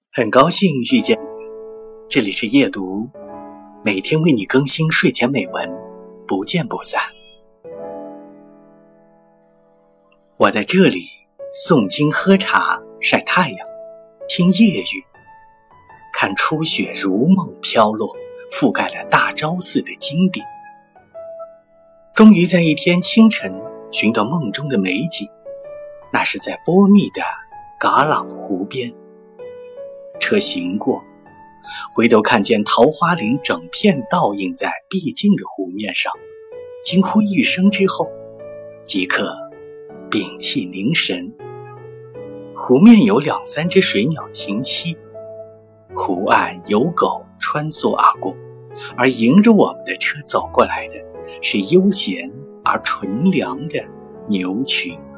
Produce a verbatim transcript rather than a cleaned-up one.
很高兴遇见你，这里是夜读，每天为你更新睡前美文，不见不散。我在这里诵经喝茶晒太阳，听夜雨，看初雪如梦飘落，覆盖了大昭寺的金顶。终于在一天清晨寻到梦中的美景，那是在波密的噶朗湖边。车行过，回头看见桃花林整片倒映在碧净的湖面上，惊呼一声之后，即刻屏气凝神。湖面有两三只水鸟停栖，湖岸有狗穿梭而过，而迎着我们的车走过来的是悠闲而纯良的牛群。